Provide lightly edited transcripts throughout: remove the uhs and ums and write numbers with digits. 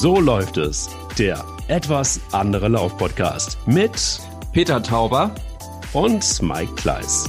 So läuft es, der etwas andere Lauf-Podcast mit Peter Tauber und Mike Kleiss.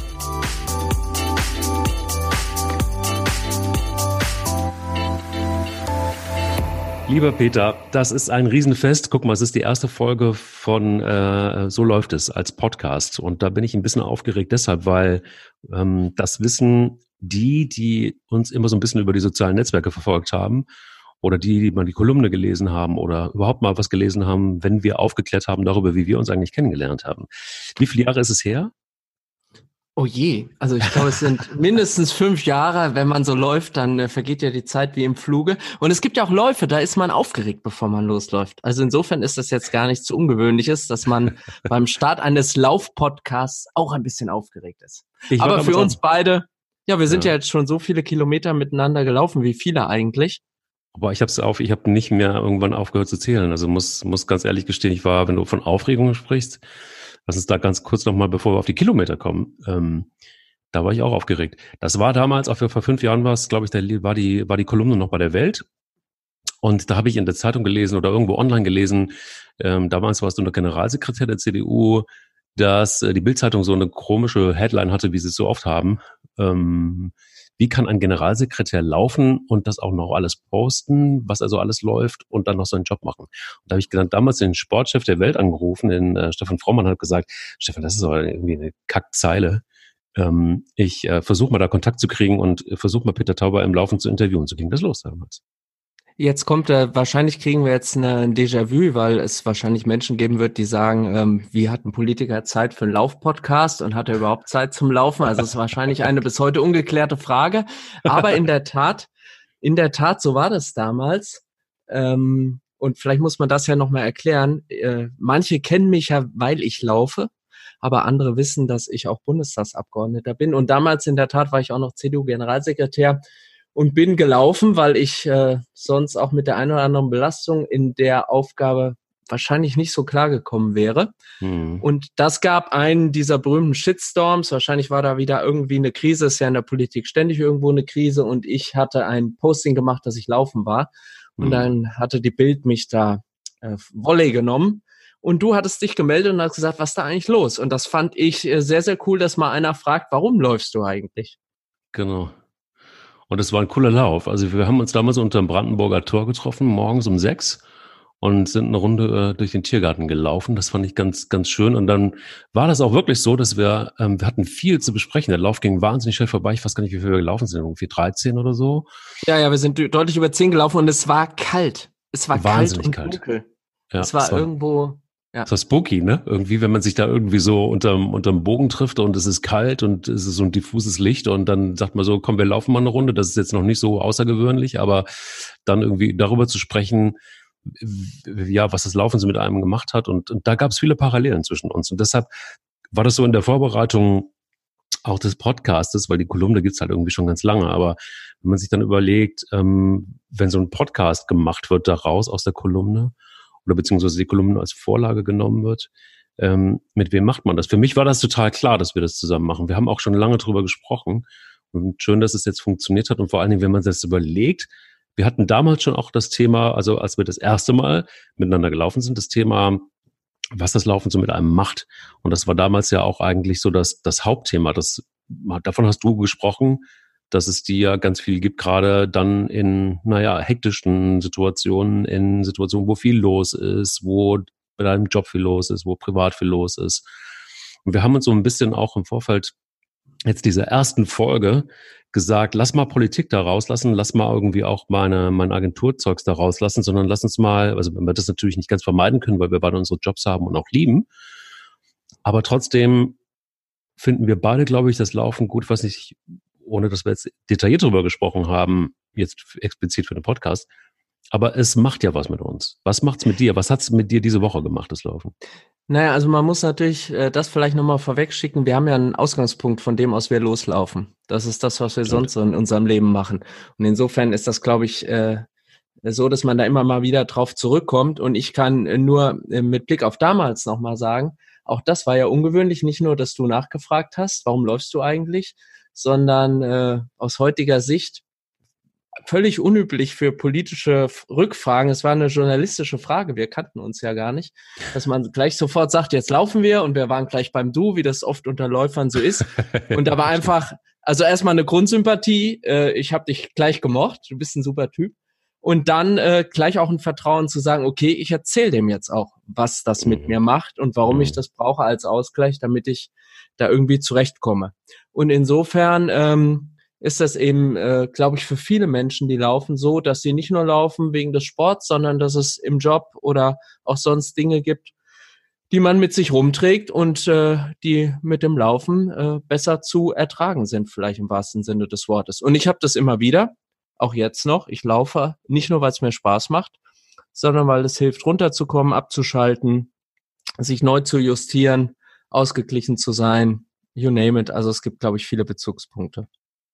Lieber Peter, das ist ein Riesenfest. Guck mal, es ist die erste Folge von So läuft es als Podcast. Und da bin ich ein bisschen aufgeregt deshalb, weil das wissen die uns immer so ein bisschen über die sozialen Netzwerke verfolgt haben oder die mal die Kolumne gelesen haben oder überhaupt mal was gelesen haben, wenn wir aufgeklärt haben darüber, wie wir uns eigentlich kennengelernt haben. Wie viele Jahre ist es her? Oh je, also ich glaube, es sind mindestens 5 Jahre. Wenn man so läuft, dann vergeht ja die Zeit wie im Fluge. Und es gibt ja auch Läufe, da ist man aufgeregt, bevor man losläuft. Also insofern ist das jetzt gar nichts Ungewöhnliches, dass man beim Start eines Lauf-Podcasts auch ein bisschen aufgeregt ist. Aber für uns beide, ja, wir sind ja jetzt schon so viele Kilometer miteinander gelaufen, wie viele eigentlich. Aber ich habe nicht mehr irgendwann aufgehört zu zählen. Also muss ganz ehrlich gestehen, wenn du von Aufregung sprichst, lass uns da ganz kurz nochmal, bevor wir auf die Kilometer kommen, da war ich auch aufgeregt. Das war damals, auch vor 5 Jahren war es, glaube ich, war die Kolumne noch bei der Welt. Und da habe ich in der Zeitung gelesen oder irgendwo online gelesen, damals warst du noch Generalsekretär der CDU, dass die Bild-Zeitung so eine komische Headline hatte, wie sie es so oft haben. Wie kann ein Generalsekretär laufen und das auch noch alles posten, was also alles läuft und dann noch seinen Job machen? Und da habe ich damals den Sportchef der Welt angerufen, den Stefan Frommann, hat gesagt, Stefan, das ist aber irgendwie eine Kackzeile. Ich versuche mal da Kontakt zu kriegen und versuche mal Peter Tauber im Laufen zu interviewen. So ging das los damals. Jetzt kommt, wahrscheinlich kriegen wir jetzt ein Déjà-vu, weil es wahrscheinlich Menschen geben wird, die sagen, wie hat ein Politiker Zeit für einen Lauf-Podcast und hat er überhaupt Zeit zum Laufen? Also es ist wahrscheinlich eine bis heute ungeklärte Frage. Aber in der Tat, so war das damals. Und vielleicht muss man das ja nochmal erklären. Manche kennen mich ja, weil ich laufe, aber andere wissen, dass ich auch Bundestagsabgeordneter bin. Und damals in der Tat war ich auch noch CDU-Generalsekretär. Und bin gelaufen, weil ich sonst auch mit der einen oder anderen Belastung in der Aufgabe wahrscheinlich nicht so klar gekommen wäre. Und das gab einen dieser berühmten Shitstorms. Wahrscheinlich war da wieder irgendwie eine Krise. Ist ja in der Politik ständig irgendwo eine Krise. Und ich hatte ein Posting gemacht, dass ich laufen war. Und dann hatte die Bild mich da Volley genommen. Und du hattest dich gemeldet und hast gesagt, was ist da eigentlich los? Und das fand ich sehr, sehr cool, dass mal einer fragt, warum läufst du eigentlich? Genau. Und es war ein cooler Lauf. Also wir haben uns damals unter dem Brandenburger Tor getroffen, morgens um 6 und sind eine Runde durch den Tiergarten gelaufen. Das fand ich ganz, ganz schön. Und dann war das auch wirklich so, dass wir hatten viel zu besprechen. Der Lauf ging wahnsinnig schnell vorbei. Ich weiß gar nicht, wie viel wir gelaufen sind. Irgendwie 13 oder so. Ja, wir sind deutlich über 10 gelaufen und es war kalt. Es war wahnsinnig kalt und dunkel. Ja, es war irgendwo... Ja. Das war spooky, ne? Irgendwie, wenn man sich da irgendwie so unterm Bogen trifft und es ist kalt und es ist so ein diffuses Licht und dann sagt man so, komm, wir laufen mal eine Runde. Das ist jetzt noch nicht so außergewöhnlich, aber dann irgendwie darüber zu sprechen, ja, was das Laufen so mit einem gemacht hat und da gab es viele Parallelen zwischen uns und deshalb war das so in der Vorbereitung auch des Podcastes, weil die Kolumne gibt's halt irgendwie schon ganz lange, aber wenn man sich dann überlegt, wenn so ein Podcast gemacht wird daraus aus der Kolumne, oder beziehungsweise die Kolumne als Vorlage genommen wird. Mit wem macht man das? Für mich war das total klar, dass wir das zusammen machen. Wir haben auch schon lange drüber gesprochen und schön, dass es jetzt funktioniert hat und vor allen Dingen, wenn man sich das überlegt, wir hatten damals schon auch das Thema, also als wir das erste Mal miteinander gelaufen sind, das Thema, was das Laufen so mit einem macht. Und das war damals ja auch eigentlich so das Hauptthema. Davon hast du gesprochen, dass es die ja ganz viel gibt, gerade dann in, hektischen Situationen, in Situationen, wo viel los ist, wo bei deinem Job viel los ist, wo privat viel los ist. Und wir haben uns so ein bisschen auch im Vorfeld jetzt dieser ersten Folge gesagt, lass mal Politik da rauslassen, lass mal irgendwie auch mein Agenturzeugs da rauslassen, sondern lass uns mal, also wenn wir das natürlich nicht ganz vermeiden können, weil wir beide unsere Jobs haben und auch lieben, aber trotzdem finden wir beide, glaube ich, das Laufen gut, was nicht, ohne dass wir jetzt detailliert drüber gesprochen haben, jetzt explizit für den Podcast. Aber es macht ja was mit uns. Was macht's mit dir? Was hat's mit dir diese Woche gemacht, das Laufen? Naja, also man muss natürlich das vielleicht nochmal vorweg schicken. Wir haben ja einen Ausgangspunkt, von dem aus wir loslaufen. Das ist das, was wir sonst so in unserem Leben machen. Und insofern ist das, glaube ich, so, dass man da immer mal wieder drauf zurückkommt. Und ich kann nur mit Blick auf damals nochmal sagen, auch das war ja ungewöhnlich. Nicht nur, dass du nachgefragt hast, warum läufst du eigentlich, sondern aus heutiger Sicht völlig unüblich für politische Rückfragen. Es war eine journalistische Frage. Wir kannten uns ja gar nicht, dass man gleich sofort sagt, jetzt laufen wir, und wir waren gleich beim Du, wie das oft unter Läufern so ist. Und da war einfach, also erstmal eine Grundsympathie. Ich habe dich gleich gemocht. Du bist ein super Typ. Und dann gleich auch ein Vertrauen zu sagen, okay, ich erzähle dem jetzt auch, was das mit mir macht und warum ich das brauche als Ausgleich, damit ich da irgendwie zurechtkomme. Und insofern ist das eben, glaube ich, für viele Menschen, die laufen, so, dass sie nicht nur laufen wegen des Sports, sondern dass es im Job oder auch sonst Dinge gibt, die man mit sich rumträgt und die mit dem Laufen besser zu ertragen sind, vielleicht im wahrsten Sinne des Wortes. Und ich habe das immer wieder, auch jetzt noch. Ich laufe nicht nur, weil es mir Spaß macht, sondern weil es hilft, runterzukommen, abzuschalten, sich neu zu justieren, ausgeglichen zu sein, you name it. Also es gibt, glaube ich, viele Bezugspunkte.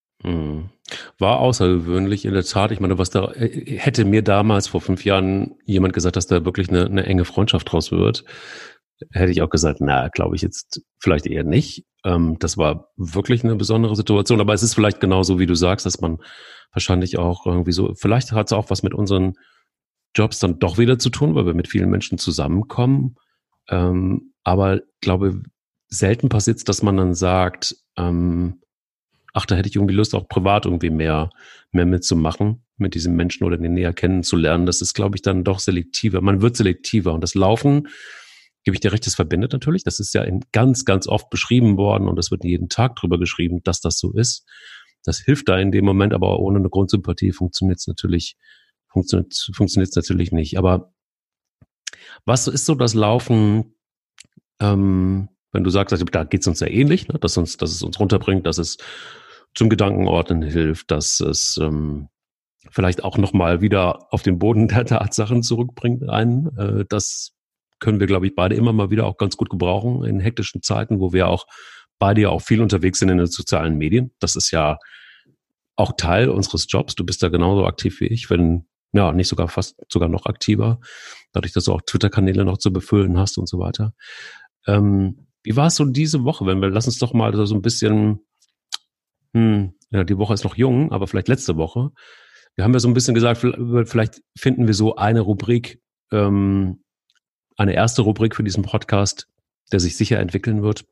War außergewöhnlich, in der Tat. Ich meine, was da hätte mir damals vor 5 Jahren jemand gesagt, dass da wirklich eine enge Freundschaft draus wird, hätte ich auch gesagt, na, glaube ich jetzt vielleicht eher nicht. Das war wirklich eine besondere Situation, aber es ist vielleicht genauso, wie du sagst, dass man wahrscheinlich auch irgendwie so, vielleicht hat es auch was mit unseren Jobs dann doch wieder zu tun, weil wir mit vielen Menschen zusammenkommen. Aber ich glaube, selten passiert es, dass man dann sagt, ach, da hätte ich irgendwie Lust, auch privat irgendwie mehr mitzumachen, mit diesem Menschen oder den näher kennenzulernen. Das ist, glaube ich, dann doch selektiver. Man wird selektiver. Und das Laufen, gebe ich dir recht, das verbindet natürlich. Das ist ja ganz, ganz oft beschrieben worden und es wird jeden Tag drüber geschrieben, dass das so ist. Das hilft da in dem Moment, aber ohne eine Grundsympathie funktioniert es natürlich nicht. Aber was ist so das Laufen, wenn du sagst, also da geht es uns ja ähnlich, ne? Dass es uns runterbringt, dass es zum Gedankenordnen hilft, dass es vielleicht auch nochmal wieder auf den Boden der Tatsachen zurückbringt einen. Das können wir, glaube ich, beide immer mal wieder auch ganz gut gebrauchen in hektischen Zeiten, wo wir auch beide ja auch viel unterwegs sind in den sozialen Medien. Das ist ja auch Teil unseres Jobs. Du bist da genauso aktiv wie ich, wenn, ja, nicht sogar fast sogar noch aktiver, dadurch, dass du auch Twitter-Kanäle noch zu befüllen hast und so weiter. Wie war es so diese Woche? Lass uns doch mal so ein bisschen, ja, die Woche ist noch jung, aber vielleicht letzte Woche. Wir haben ja so ein bisschen gesagt, vielleicht finden wir so eine Rubrik, eine erste Rubrik für diesen Podcast, der sich sicher entwickeln wird.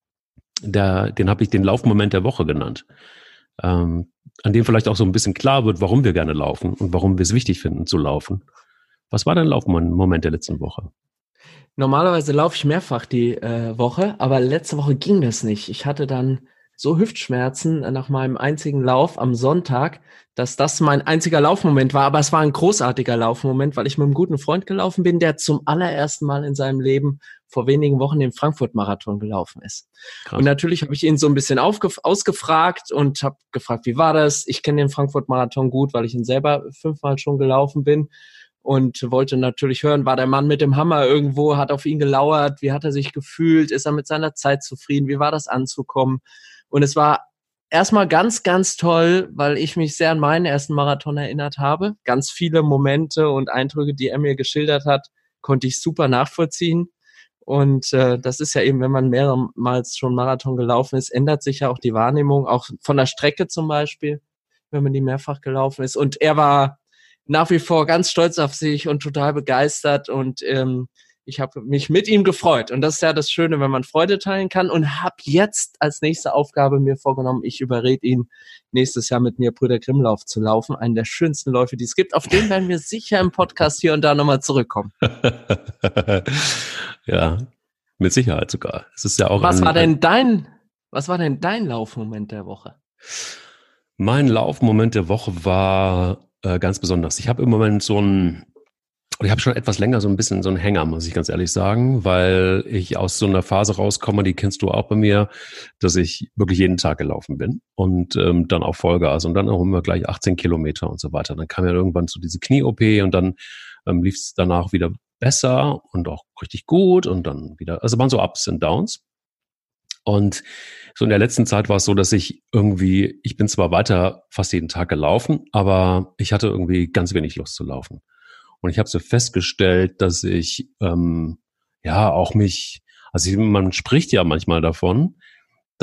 Den habe ich den Laufmoment der Woche genannt. An dem vielleicht auch so ein bisschen klar wird, warum wir gerne laufen und warum wir es wichtig finden zu laufen. Was war dein Laufmoment der letzten Woche? Normalerweise laufe ich mehrfach die Woche, aber letzte Woche ging das nicht. Ich hatte dann so Hüftschmerzen nach meinem einzigen Lauf am Sonntag, dass das mein einziger Laufmoment war. Aber es war ein großartiger Laufmoment, weil ich mit einem guten Freund gelaufen bin, der zum allerersten Mal in seinem Leben vor wenigen Wochen den Frankfurt-Marathon gelaufen ist. Krass. Und natürlich habe ich ihn so ein bisschen ausgefragt und habe gefragt, wie war das? Ich kenne den Frankfurt-Marathon gut, weil ich ihn selber 5-mal schon gelaufen bin. Und wollte natürlich hören, war der Mann mit dem Hammer irgendwo, hat auf ihn gelauert, wie hat er sich gefühlt, ist er mit seiner Zeit zufrieden, wie war das anzukommen? Und es war erstmal ganz, ganz toll, weil ich mich sehr an meinen ersten Marathon erinnert habe. Ganz viele Momente und Eindrücke, die er mir geschildert hat, konnte ich super nachvollziehen. Und das ist ja eben, wenn man mehrmals schon Marathon gelaufen ist, ändert sich ja auch die Wahrnehmung, auch von der Strecke zum Beispiel, wenn man die mehrfach gelaufen ist. Und er war nach wie vor ganz stolz auf sich und total begeistert und ich habe mich mit ihm gefreut und das ist ja das Schöne, wenn man Freude teilen kann und habe jetzt als nächste Aufgabe mir vorgenommen, ich überrede ihn, nächstes Jahr mit mir Brüder Grimm-Lauf zu laufen, einen der schönsten Läufe, die es gibt, auf den werden wir sicher im Podcast hier und da nochmal zurückkommen. Ja, mit Sicherheit sogar. Es ist ja auch was war denn dein Laufmoment der Woche? Mein Laufmoment der Woche war ganz besonders. Ich habe im Moment ich habe schon etwas länger so ein bisschen so einen Hänger, muss ich ganz ehrlich sagen, weil ich aus so einer Phase rauskomme, die kennst du auch bei mir, dass ich wirklich jeden Tag gelaufen bin und dann auch Vollgas und dann auch immer gleich 18 Kilometer und so weiter. Dann kam ja irgendwann so diese Knie-OP und dann lief es danach wieder besser und auch richtig gut und dann wieder, also waren so Ups und Downs. Und so in der letzten Zeit war es so, dass ich bin zwar weiter fast jeden Tag gelaufen, aber ich hatte irgendwie ganz wenig Lust zu laufen. Und ich habe so festgestellt, dass ich man spricht ja manchmal davon, dass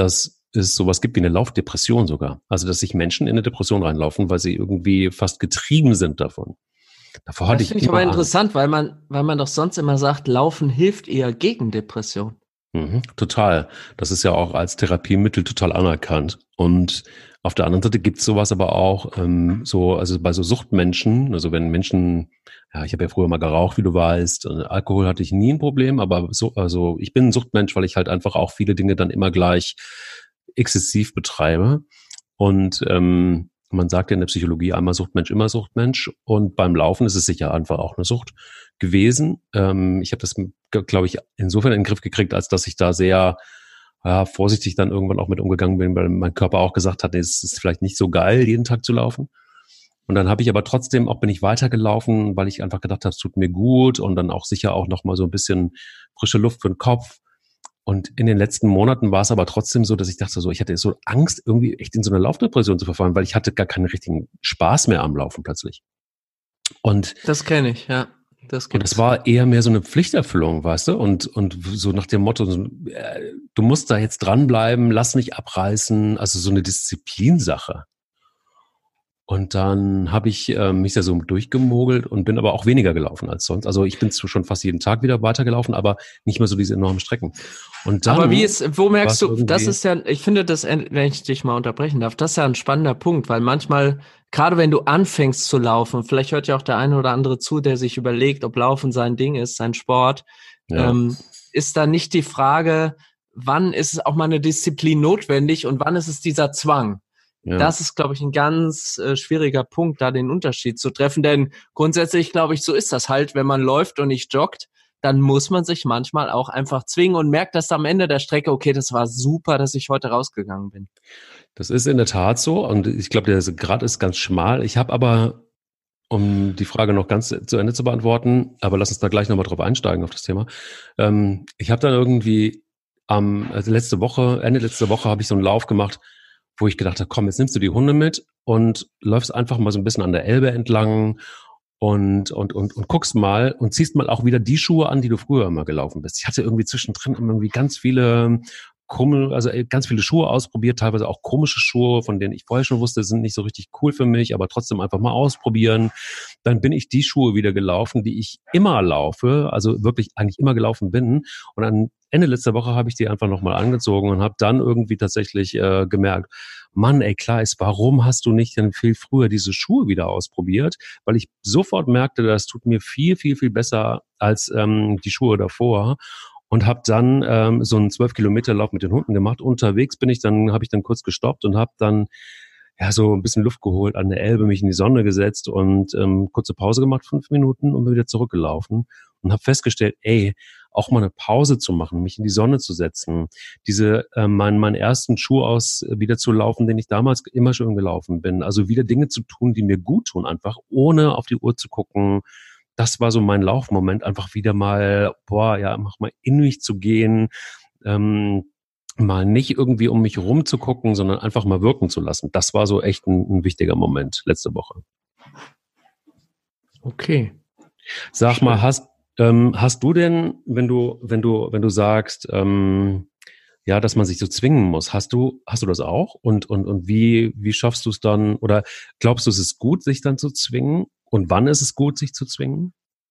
es sowas gibt wie eine Laufdepression sogar. Also, dass sich Menschen in eine Depression reinlaufen, weil sie irgendwie fast getrieben sind davon. Davor hatte Das ich finde ich aber immer Angst. interessant, weil man doch sonst immer sagt, Laufen hilft eher gegen Depression. Total. Das ist ja auch als Therapiemittel total anerkannt. Und auf der anderen Seite gibt's sowas aber auch also bei so Suchtmenschen, also wenn Menschen, ja, ich habe ja früher mal geraucht, wie du weißt, Alkohol hatte ich nie ein Problem, aber so, also ich bin ein Suchtmensch, weil ich halt einfach auch viele Dinge dann immer gleich exzessiv betreibe. Und man sagt ja in der Psychologie einmal Suchtmensch, immer Suchtmensch. Und beim Laufen ist es sicher einfach auch eine Sucht gewesen. Ich habe das, glaube ich, insofern in den Griff gekriegt, als dass ich da sehr vorsichtig dann irgendwann auch mit umgegangen bin, weil mein Körper auch gesagt hat, nee, es ist vielleicht nicht so geil, jeden Tag zu laufen. Und dann habe ich aber trotzdem bin ich weitergelaufen, weil ich einfach gedacht habe, es tut mir gut und dann auch sicher auch noch mal so ein bisschen frische Luft für den Kopf. Und in den letzten Monaten war es aber trotzdem so, dass ich dachte so, ich hatte so Angst, irgendwie echt in so eine Laufdepression zu verfallen, weil ich hatte gar keinen richtigen Spaß mehr am Laufen plötzlich. Und Das kenne ich, ja. Das Und es gibt's. war eher mehr so eine Pflichterfüllung, weißt du? Und so nach dem Motto, du musst da jetzt dranbleiben, lass nicht abreißen, also so eine Disziplinsache. Und dann habe ich mich da so durchgemogelt und bin aber auch weniger gelaufen als sonst. Also ich bin schon fast jeden Tag wieder weitergelaufen, aber nicht mehr so diese enormen Strecken. Und Aber dann wo war merkst es du, das irgendwie, ist ja, ich finde das, wenn ich dich mal unterbrechen darf, das ist ja ein spannender Punkt, weil manchmal, gerade wenn du anfängst zu laufen, vielleicht hört ja auch der eine oder andere zu, der sich überlegt, ob Laufen sein Ding ist, sein Sport, ja, ist da nicht die Frage, wann ist es auch mal eine Disziplin notwendig und wann ist es dieser Zwang? ja. Das ist, glaube ich, ein ganz schwieriger Punkt, da den Unterschied zu treffen. Denn grundsätzlich, glaube ich, so ist das halt, wenn man läuft und nicht joggt, dann muss man sich manchmal auch einfach zwingen und merkt das am Ende der Strecke, okay, das war super, dass ich heute rausgegangen bin. Das ist in der Tat so. Und ich glaube, der Grad ist ganz schmal. Ich habe aber, um die Frage noch ganz zu Ende zu beantworten, aber lass uns da gleich nochmal drauf einsteigen auf das Thema. Ich habe dann irgendwie Ende letzte Woche habe ich so einen Lauf gemacht, wo ich gedacht habe, komm, jetzt nimmst du die Hunde mit und läufst einfach mal so ein bisschen an der Elbe entlang und guckst mal und ziehst mal auch wieder die Schuhe an, die du früher immer gelaufen bist. Ich hatte irgendwie zwischendrin irgendwie ganz viele ganz viele Schuhe ausprobiert, teilweise auch komische Schuhe, von denen ich vorher schon wusste, sind nicht so richtig cool für mich, aber trotzdem einfach mal ausprobieren. Dann bin ich die Schuhe wieder gelaufen, die ich immer laufe, also wirklich eigentlich immer gelaufen bin. Und am Ende letzter Woche habe ich die einfach nochmal angezogen und habe dann irgendwie tatsächlich gemerkt, Mann, ey Kleis, warum hast du nicht dann viel früher diese Schuhe wieder ausprobiert? Weil ich sofort merkte, das tut mir viel, viel, viel besser als die Schuhe davor. Und habe dann so einen 12 Kilometer Lauf mit den Hunden gemacht. Unterwegs habe ich dann kurz gestoppt und habe dann ja so ein bisschen Luft geholt an der Elbe, mich in die Sonne gesetzt und kurze Pause gemacht, 5 Minuten und bin wieder zurückgelaufen und habe festgestellt, ey, auch mal eine Pause zu machen, mich in die Sonne zu setzen, meinen ersten Schuh aus wieder zu laufen, den ich damals immer schon gelaufen bin, also wieder Dinge zu tun, die mir gut tun, einfach ohne auf die Uhr zu gucken. Das war so mein Laufmoment, einfach wieder mal, mach mal in mich zu gehen, mal nicht irgendwie um mich rum zu gucken, sondern einfach mal wirken zu lassen. Das war so echt ein wichtiger Moment letzte Woche. Okay. Sag mal, Schön. hast du denn, wenn du sagst, ja, dass man sich so zwingen muss, hast du das auch? Und wie schaffst du es dann? Oder glaubst du, es ist gut, sich dann zu zwingen? Und wann ist es gut, sich zu zwingen?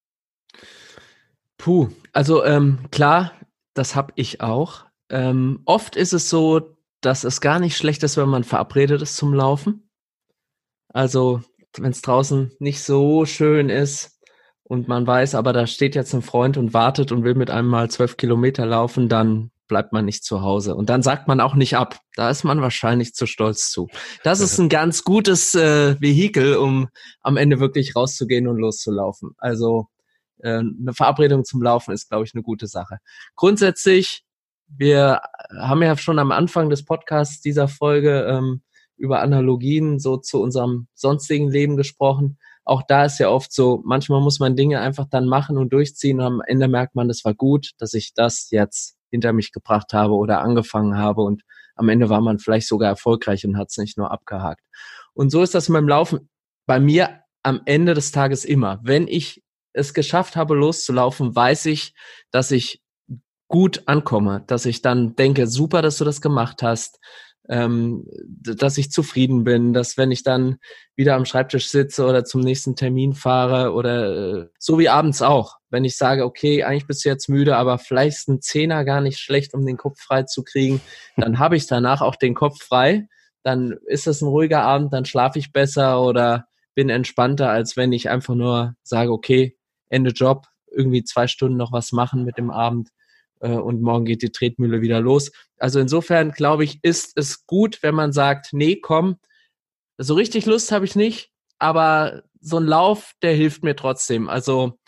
Puh, also klar, das habe ich auch. Oft ist es so, dass es gar nicht schlecht ist, wenn man verabredet ist zum Laufen. Also wenn es draußen nicht so schön ist und man weiß, aber da steht jetzt ein Freund und wartet und will mit einem mal 12 Kilometer laufen, dann bleibt man nicht zu Hause. Und dann sagt man auch nicht ab. Da ist man wahrscheinlich zu stolz zu. Das ist ein ganz gutes Vehikel, um am Ende wirklich rauszugehen und loszulaufen. Also eine Verabredung zum Laufen ist, glaube ich, eine gute Sache. Grundsätzlich, wir haben ja schon am Anfang des Podcasts dieser Folge über Analogien so zu unserem sonstigen Leben gesprochen. Auch da ist ja oft so, manchmal muss man Dinge einfach dann machen und durchziehen und am Ende merkt man, das war gut, dass ich das jetzt hinter mich gebracht habe oder angefangen habe und am Ende war man vielleicht sogar erfolgreich und hat es nicht nur abgehakt. Und so ist das mit dem Laufen bei mir am Ende des Tages immer. Wenn ich es geschafft habe, loszulaufen, weiß ich, dass ich gut ankomme, dass ich dann denke, super, dass du das gemacht hast. dass ich zufrieden bin, dass wenn ich dann wieder am Schreibtisch sitze oder zum nächsten Termin fahre oder so wie abends auch, wenn ich sage, okay, eigentlich bist du jetzt müde, aber vielleicht ist ein Zehner gar nicht schlecht, um den Kopf frei zu kriegen, dann habe ich danach auch den Kopf frei, dann ist es ein ruhiger Abend, dann schlafe ich besser oder bin entspannter, als wenn ich einfach nur sage, okay, Ende Job, irgendwie 2 Stunden noch was machen mit dem Abend und morgen geht die Tretmühle wieder los. Also insofern, glaube ich, ist es gut, wenn man sagt, nee, komm, so richtig Lust habe ich nicht, aber so ein Lauf, der hilft mir trotzdem. Also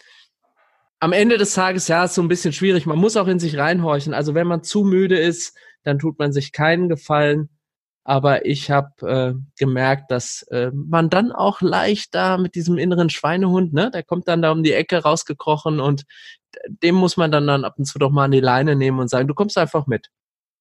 am Ende des Tages, ja, ist so ein bisschen schwierig. Man muss auch in sich reinhorchen. Also wenn man zu müde ist, dann tut man sich keinen Gefallen. Aber ich habe gemerkt, dass man dann auch leicht da mit diesem inneren Schweinehund, ne, der kommt dann da um die Ecke rausgekrochen und dem muss man dann ab und zu doch mal an die Leine nehmen und sagen, du kommst einfach mit.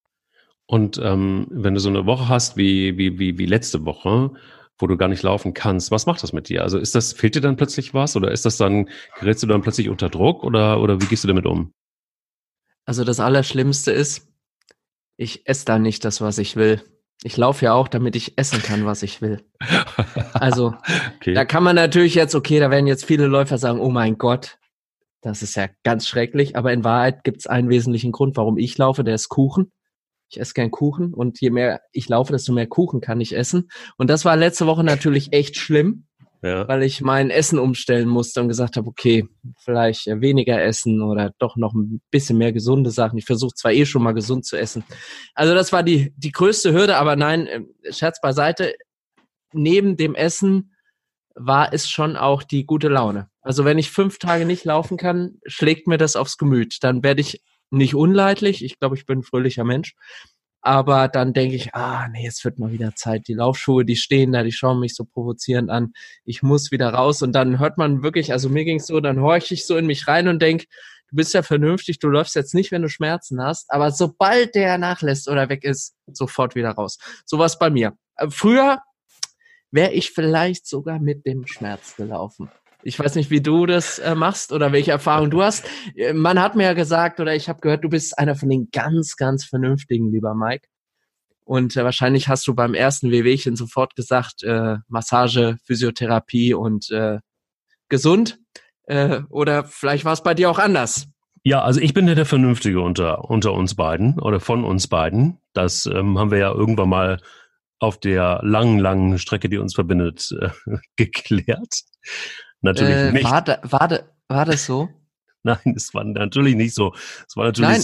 Und wenn du so eine Woche hast wie letzte Woche, wo du gar nicht laufen kannst, was macht das mit dir? Also fehlt dir dann plötzlich was oder gerätst du dann plötzlich unter Druck oder wie gehst du damit um? Also das Allerschlimmste ist, ich esse da nicht das, was ich will. Ich laufe ja auch, damit ich essen kann, was ich will. Also okay. Da kann man natürlich jetzt, okay, da werden jetzt viele Läufer sagen, oh mein Gott, das ist ja ganz schrecklich. Aber in Wahrheit gibt es einen wesentlichen Grund, warum ich laufe, der ist Kuchen. Ich esse gern Kuchen und je mehr ich laufe, desto mehr Kuchen kann ich essen. Und das war letzte Woche natürlich echt schlimm, weil ich mein Essen umstellen musste und gesagt habe, okay, vielleicht weniger essen oder doch noch ein bisschen mehr gesunde Sachen. Ich versuche zwar schon mal gesund zu essen. Also das war die größte Hürde, aber nein, Scherz beiseite. Neben dem Essen war es schon auch die gute Laune. Also wenn ich 5 Tage nicht laufen kann, schlägt mir das aufs Gemüt. Dann werde ich nicht unleidlich. Ich glaube, ich bin ein fröhlicher Mensch. Aber dann denke ich, nee, jetzt wird mal wieder Zeit. Die Laufschuhe, die stehen da, die schauen mich so provozierend an. Ich muss wieder raus. Und dann hört man wirklich, also mir ging es so, dann horche ich so in mich rein und denke, du bist ja vernünftig, du läufst jetzt nicht, wenn du Schmerzen hast. Aber sobald der nachlässt oder weg ist, sofort wieder raus. Sowas bei mir. Früher wäre ich vielleicht sogar mit dem Schmerz gelaufen. Ich weiß nicht, wie du das machst oder welche Erfahrung du hast. Man hat mir ja gesagt oder ich habe gehört, du bist einer von den ganz, ganz Vernünftigen, lieber Mike. Und wahrscheinlich hast du beim ersten Wehwehchen sofort gesagt, Massage, Physiotherapie und gesund. Oder vielleicht war es bei dir auch anders. Ja, also ich bin ja der Vernünftige unter uns beiden oder von uns beiden. Das haben wir ja irgendwann mal auf der langen Strecke, die uns verbindet, geklärt. Natürlich nicht. War das so? Nein, es war natürlich nicht so. Es war natürlich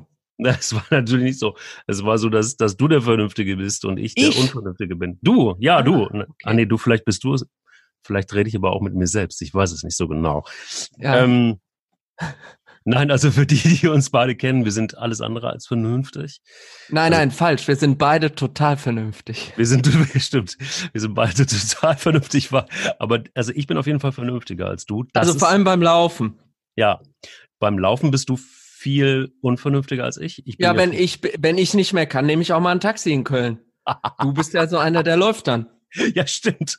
es war natürlich nicht so. Es war so, dass du der Vernünftige bist und ich der Unvernünftige bin. Du, ja, du. Okay. Nee, vielleicht bist du es. Vielleicht rede ich aber auch mit mir selbst. Ich weiß es nicht so genau. Ja. Nein, also für die uns beide kennen, wir sind alles andere als vernünftig. Nein, falsch. Wir sind beide total vernünftig. Stimmt. Wir sind beide total vernünftig. Aber also ich bin auf jeden Fall vernünftiger als du. Also vor allem beim Laufen. Ja, beim Laufen bist du viel unvernünftiger als ich. Wenn ich nicht mehr kann, nehme ich auch mal ein Taxi in Köln. Du bist ja so einer, der läuft dann. Ja, stimmt.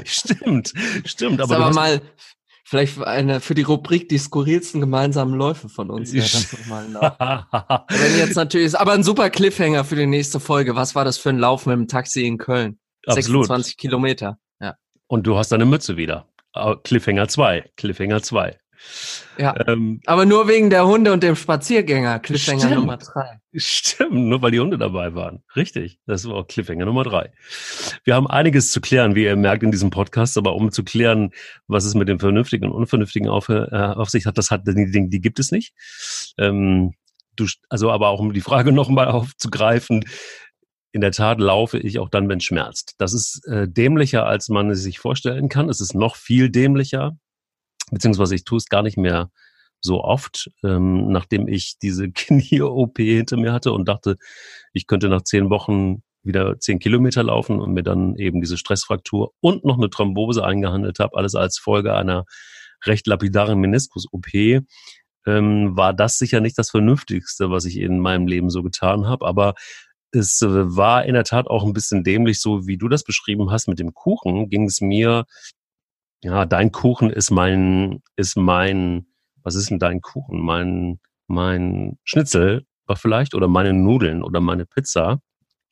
Aber mal vielleicht für die Rubrik die skurrilsten gemeinsamen Läufe von uns. Ja, das mal wenn jetzt natürlich ist, aber ein super Cliffhanger für die nächste Folge. Was war das für ein Lauf mit dem Taxi in Köln? Absolut. 26 Kilometer. Ja. Und du hast deine Mütze wieder. Cliffhanger 2. Ja, aber nur wegen der Hunde und dem Spaziergänger. Cliffhanger Nummer 3. Stimmt, nur weil die Hunde dabei waren. Richtig, das war auch Cliffhanger Nummer 3. Wir haben einiges zu klären, wie ihr merkt in diesem Podcast, aber um zu klären, was es mit dem Vernünftigen und Unvernünftigen auf sich hat, die gibt es nicht. Aber auch um die Frage nochmal aufzugreifen, in der Tat laufe ich auch dann, wenn es schmerzt. Das ist dämlicher, als man es sich vorstellen kann. Es ist noch viel dämlicher. Beziehungsweise ich tue es gar nicht mehr so oft, nachdem ich diese Knie-OP hinter mir hatte und dachte, ich könnte nach 10 Wochen wieder 10 Kilometer laufen und mir dann eben diese Stressfraktur und noch eine Thrombose eingehandelt habe, alles als Folge einer recht lapidaren Meniskus-OP, war das sicher nicht das Vernünftigste, was ich in meinem Leben so getan habe, aber es war in der Tat auch ein bisschen dämlich, so wie du das beschrieben hast mit dem Kuchen, ging es mir. Ja, dein Kuchen ist mein, was ist denn dein Kuchen? Mein Schnitzel vielleicht oder meine Nudeln oder meine Pizza.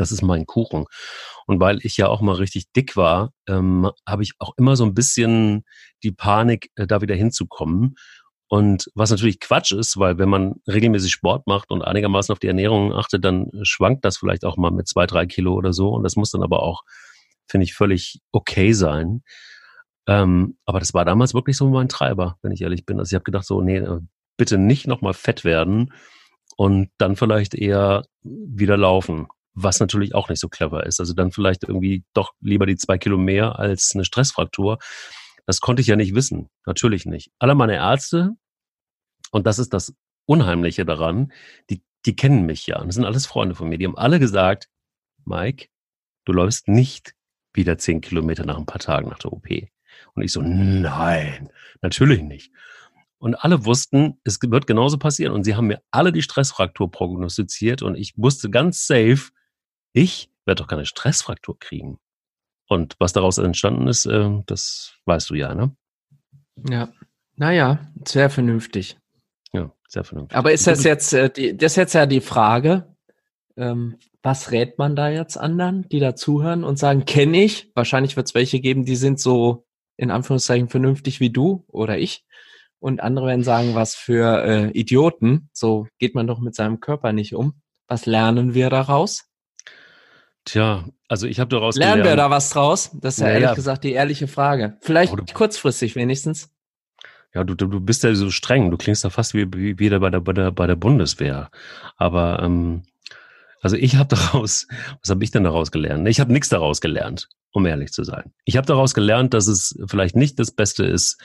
Das ist mein Kuchen. Und weil ich ja auch mal richtig dick war, habe ich auch immer so ein bisschen die Panik, da wieder hinzukommen. Und was natürlich Quatsch ist, weil wenn man regelmäßig Sport macht und einigermaßen auf die Ernährung achtet, dann schwankt das vielleicht auch mal mit 2, 3 Kilo oder so. Und das muss dann aber auch, finde ich, völlig okay sein. Aber das war damals wirklich so mein Treiber, wenn ich ehrlich bin. Also ich habe gedacht so, nee, bitte nicht nochmal fett werden und dann vielleicht eher wieder laufen. Was natürlich auch nicht so clever ist. Also dann vielleicht irgendwie doch lieber die 2 Kilo mehr als eine Stressfraktur. Das konnte ich ja nicht wissen. Natürlich nicht. Alle meine Ärzte, und das ist das Unheimliche daran, die kennen mich ja. Und das sind alles Freunde von mir. Die haben alle gesagt, Mike, du läufst nicht wieder 10 Kilometer nach ein paar Tagen nach der OP. Und ich so, nein, natürlich nicht. Und alle wussten, es wird genauso passieren. Und sie haben mir alle die Stressfraktur prognostiziert. Und ich wusste ganz safe, ich werde doch keine Stressfraktur kriegen. Und was daraus entstanden ist, das weißt du ja, ne? Ja, naja, sehr vernünftig. Ja, sehr vernünftig. Aber ist das jetzt, das ist jetzt ja die Frage, was rät man da jetzt anderen, die da zuhören und sagen, kenne ich? Wahrscheinlich wird es welche geben, die sind so in Anführungszeichen vernünftig wie du oder ich. Und andere werden sagen, was für Idioten. So geht man doch mit seinem Körper nicht um. Was lernen wir daraus? Tja, also ich habe daraus Lernen wir gelernt. da was draus? Das ist ja ehrlich gesagt die ehrliche Frage. Vielleicht kurzfristig wenigstens. Ja, du bist ja so streng. Du klingst da fast wie wieder bei der Bundeswehr. Aber also ich habe daraus, was habe ich denn daraus gelernt? Ich habe nichts daraus gelernt, um ehrlich zu sein. Ich habe daraus gelernt, dass es vielleicht nicht das Beste ist,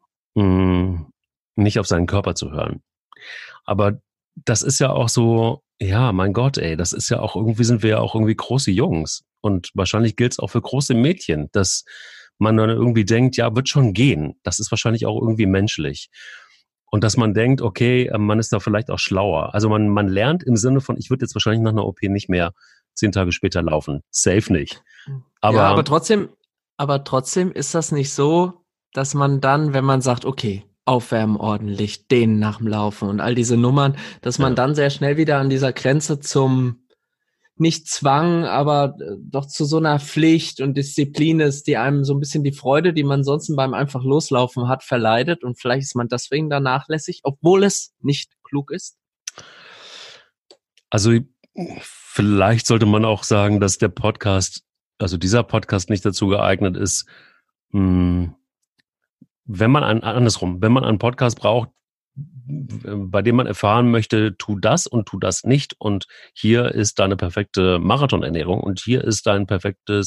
nicht auf seinen Körper zu hören. Aber das ist ja auch so, ja, mein Gott, ey, das ist ja auch irgendwie, sind wir ja auch irgendwie große Jungs. Und wahrscheinlich gilt es auch für große Mädchen, dass man dann irgendwie denkt, ja, wird schon gehen. Das ist wahrscheinlich auch irgendwie menschlich. Und dass man denkt, okay, man ist da vielleicht auch schlauer. Also man lernt im Sinne von, ich würde jetzt wahrscheinlich nach einer OP nicht mehr 10 Tage später laufen. Safe nicht. Ja, aber trotzdem ist das nicht so, dass man dann, wenn man sagt, okay, aufwärmen ordentlich, dehnen nach dem Laufen und all diese Nummern, dass man dann sehr schnell wieder an dieser Grenze zum nicht Zwang, aber doch zu so einer Pflicht und Disziplin ist, die einem so ein bisschen die Freude, die man sonst beim einfach loslaufen hat, verleidet und vielleicht ist man deswegen da nachlässig, obwohl es nicht klug ist? Also vielleicht sollte man auch sagen, dass der Podcast, also dieser Podcast nicht dazu geeignet ist, wenn man einen Podcast braucht, bei dem man erfahren möchte, tu das und tu das nicht und hier ist deine perfekte Marathonernährung und hier ist deine perfekte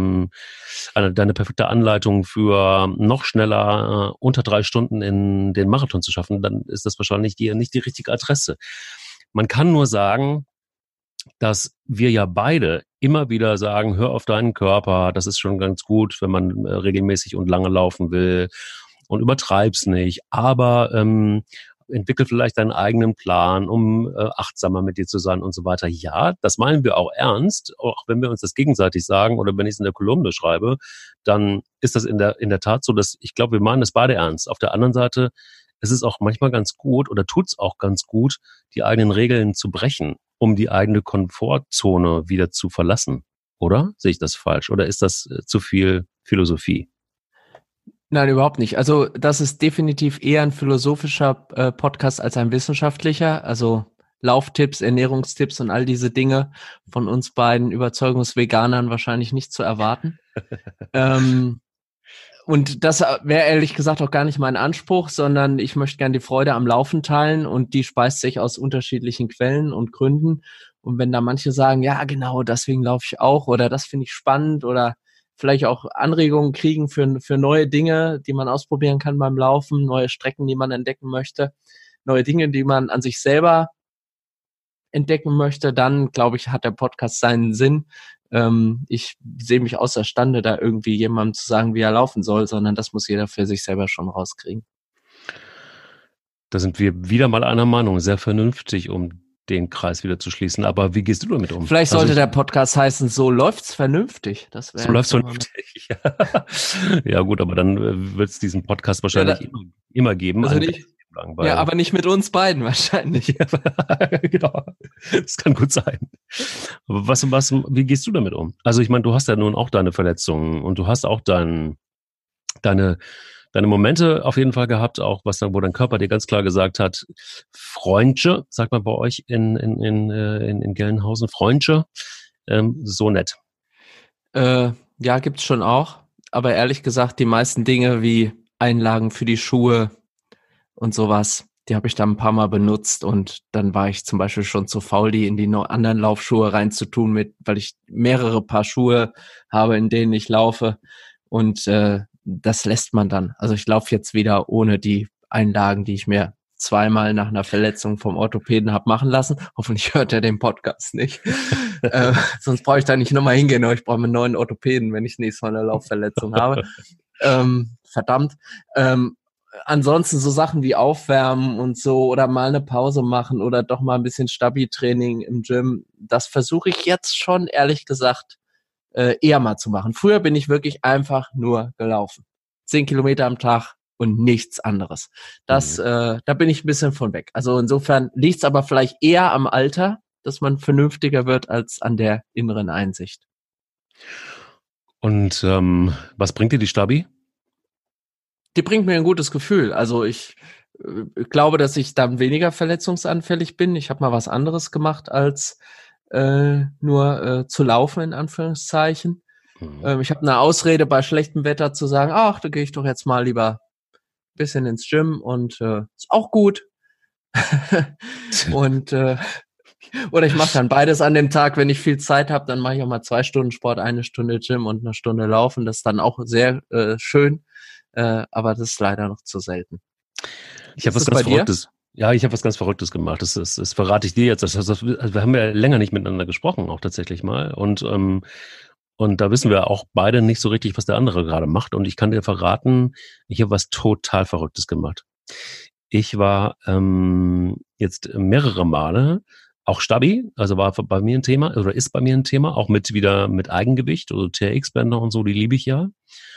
Anleitung für noch schneller unter 3 Stunden in den Marathon zu schaffen, dann ist das wahrscheinlich nicht die richtige Adresse. Man kann nur sagen, dass wir ja beide immer wieder sagen, hör auf deinen Körper, das ist schon ganz gut, wenn man regelmäßig und lange laufen will und übertreib's nicht, aber entwickel vielleicht deinen eigenen Plan, um achtsamer mit dir zu sein und so weiter. Ja, das meinen wir auch ernst, auch wenn wir uns das gegenseitig sagen oder wenn ich es in der Kolumne schreibe, dann ist das in der Tat so, dass ich glaube, wir meinen das beide ernst. Auf der anderen Seite ist es auch manchmal ganz gut oder tut's auch ganz gut, die eigenen Regeln zu brechen, um die eigene Komfortzone wieder zu verlassen. Oder? Sehe ich das falsch? Oder ist das zu viel Philosophie? Nein, überhaupt nicht. Also das ist definitiv eher ein philosophischer Podcast als ein wissenschaftlicher. Also Lauftipps, Ernährungstipps und all diese Dinge von uns beiden Überzeugungsveganern wahrscheinlich nicht zu erwarten. Und das wäre ehrlich gesagt auch gar nicht mein Anspruch, sondern ich möchte gerne die Freude am Laufen teilen und die speist sich aus unterschiedlichen Quellen und Gründen. Und wenn da manche sagen, ja genau, deswegen laufe ich auch oder das finde ich spannend oder vielleicht auch Anregungen kriegen für neue Dinge, die man ausprobieren kann beim Laufen, neue Strecken, die man entdecken möchte, neue Dinge, die man an sich selber entdecken möchte, dann, glaube ich, hat der Podcast seinen Sinn. Ich sehe mich außerstande, da irgendwie jemandem zu sagen, wie er laufen soll, sondern das muss jeder für sich selber schon rauskriegen. Da sind wir wieder mal einer Meinung, sehr vernünftig, um den Kreis wieder zu schließen. Aber wie gehst du damit um? Vielleicht sollte der Podcast heißen, so läuft's vernünftig. So läuft's vernünftig. Ja gut, aber dann wird es diesen Podcast wahrscheinlich immer geben. Also lang. Ja, aber nicht mit uns beiden wahrscheinlich. Ja, genau. Das kann gut sein. Aber wie gehst du damit um? Also ich meine, du hast ja nun auch deine Verletzungen und du hast auch deine, deine Momente auf jeden Fall gehabt, auch wo dein Körper dir ganz klar gesagt hat, Freundche, sagt man bei euch in Gelnhausen, Freundche, so nett. Ja, gibt's schon auch. Aber ehrlich gesagt, die meisten Dinge wie Einlagen für die Schuhe und sowas, die habe ich dann ein paar Mal benutzt und dann war ich zum Beispiel schon zu faul, die in die anderen Laufschuhe reinzutun, weil ich mehrere Paar Schuhe habe, in denen ich laufe und das lässt man dann. Also ich laufe jetzt wieder ohne die Einlagen, die ich mir zweimal nach einer Verletzung vom Orthopäden habe machen lassen. Hoffentlich hört er den Podcast nicht. Sonst brauche ich da nicht nochmal hingehen, aber ich brauche einen neuen Orthopäden, wenn ich nächstes Mal eine Laufverletzung habe. Verdammt. Ansonsten so Sachen wie Aufwärmen und so oder mal eine Pause machen oder doch mal ein bisschen Stabi-Training im Gym, das versuche ich jetzt schon, ehrlich gesagt, eher mal zu machen. Früher bin ich wirklich einfach nur gelaufen. 10 Kilometer am Tag und nichts anderes. Da bin ich ein bisschen von weg. Also insofern liegt es aber vielleicht eher am Alter, dass man vernünftiger wird, als an der inneren Einsicht. Und was bringt dir die Stabi? Die bringt mir ein gutes Gefühl. Also ich glaube, dass ich dann weniger verletzungsanfällig bin. Ich habe mal was anderes gemacht, als nur zu laufen, in Anführungszeichen. Ich habe eine Ausrede bei schlechtem Wetter zu sagen, ach, da gehe ich doch jetzt mal lieber ein bisschen ins Gym und ist auch gut. Und oder ich mache dann beides an dem Tag, wenn ich viel Zeit habe, dann mache ich auch mal 2 Stunden Sport, 1 Stunde Gym und 1 Stunde Laufen. Das ist dann auch sehr schön. Aber das ist leider noch zu selten. Ich habe was ganz Verrücktes. Ja, ich habe was ganz Verrücktes gemacht. Das verrate ich dir jetzt. Also wir haben ja länger nicht miteinander gesprochen, auch tatsächlich mal. Und da wissen wir auch beide nicht so richtig, was der andere gerade macht. Und ich kann dir verraten, ich habe was total Verrücktes gemacht. Ich war jetzt mehrere Male auch Stabi, also war bei mir ein Thema oder ist bei mir ein Thema, auch mit Eigengewicht, also TRX-Bänder und so, die liebe ich ja.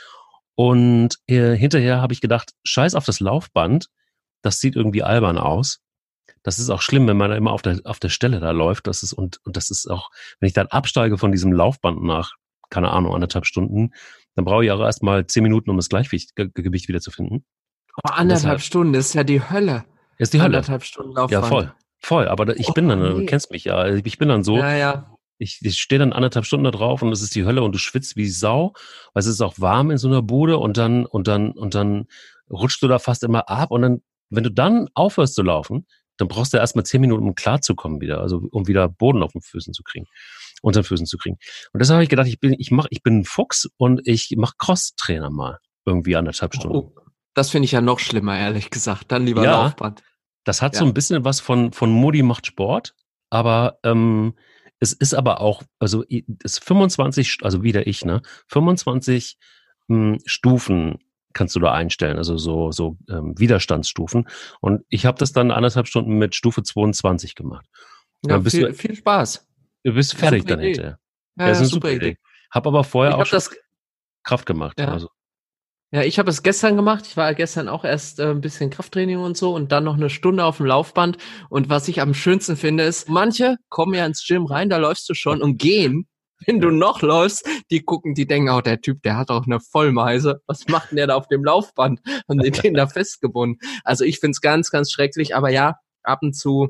Und hinterher habe ich gedacht, scheiß auf das Laufband, das sieht irgendwie albern aus. Das ist auch schlimm, wenn man da immer auf der Stelle da läuft. Und das ist auch, wenn ich dann absteige von diesem Laufband nach, keine Ahnung, 1,5 Stunden, dann brauche ich auch erstmal 10 Minuten, um das Gewicht wieder zu finden. Aber 1,5 Stunden ist ja die Hölle. Ist die Hölle. 1,5 Stunden Laufband. Ja, voll. Aber ich bin dann, du kennst mich ja, ich bin dann so, ja. Ich stehe dann 1,5 Stunden da drauf und es ist die Hölle und du schwitzt wie Sau, weil es ist auch warm in so einer Bude und dann rutschst du da fast immer ab und dann, wenn du dann aufhörst zu laufen, dann brauchst du erstmal 10 Minuten, um klarzukommen wieder, also um wieder Boden auf den Füßen zu kriegen, unter den Füßen zu kriegen. Und deshalb habe ich gedacht, ich bin ein Fuchs und ich mache Crosstrainer mal irgendwie 1,5 Stunden. Oh, das finde ich ja noch schlimmer, ehrlich gesagt. Dann lieber Laufband. Das hat so ein bisschen was von Mutti macht Sport, aber es ist aber auch, also es 25, also wieder 25 Stufen kannst du da einstellen, also so Widerstandsstufen. Und ich habe das dann 1,5 Stunden mit Stufe 22 gemacht. Ja, viel Spaß. Du bist fertig dann hinterher. Ja, das ist eine super Idee. Hab aber vorher auch schon Kraft gemacht. Ja. Also. Ja, ich habe es gestern gemacht. Ich war gestern auch erst ein bisschen Krafttraining und so und dann noch 1 Stunde auf dem Laufband. Und was ich am schönsten finde, ist, manche kommen ja ins Gym rein, da läufst du schon und gehen. Wenn du noch läufst, die denken, oh, der Typ, der hat auch eine Vollmeise. Was macht denn der da auf dem Laufband? Haben die den da festgebunden? Also ich find's ganz, ganz schrecklich. Aber ja, ab und zu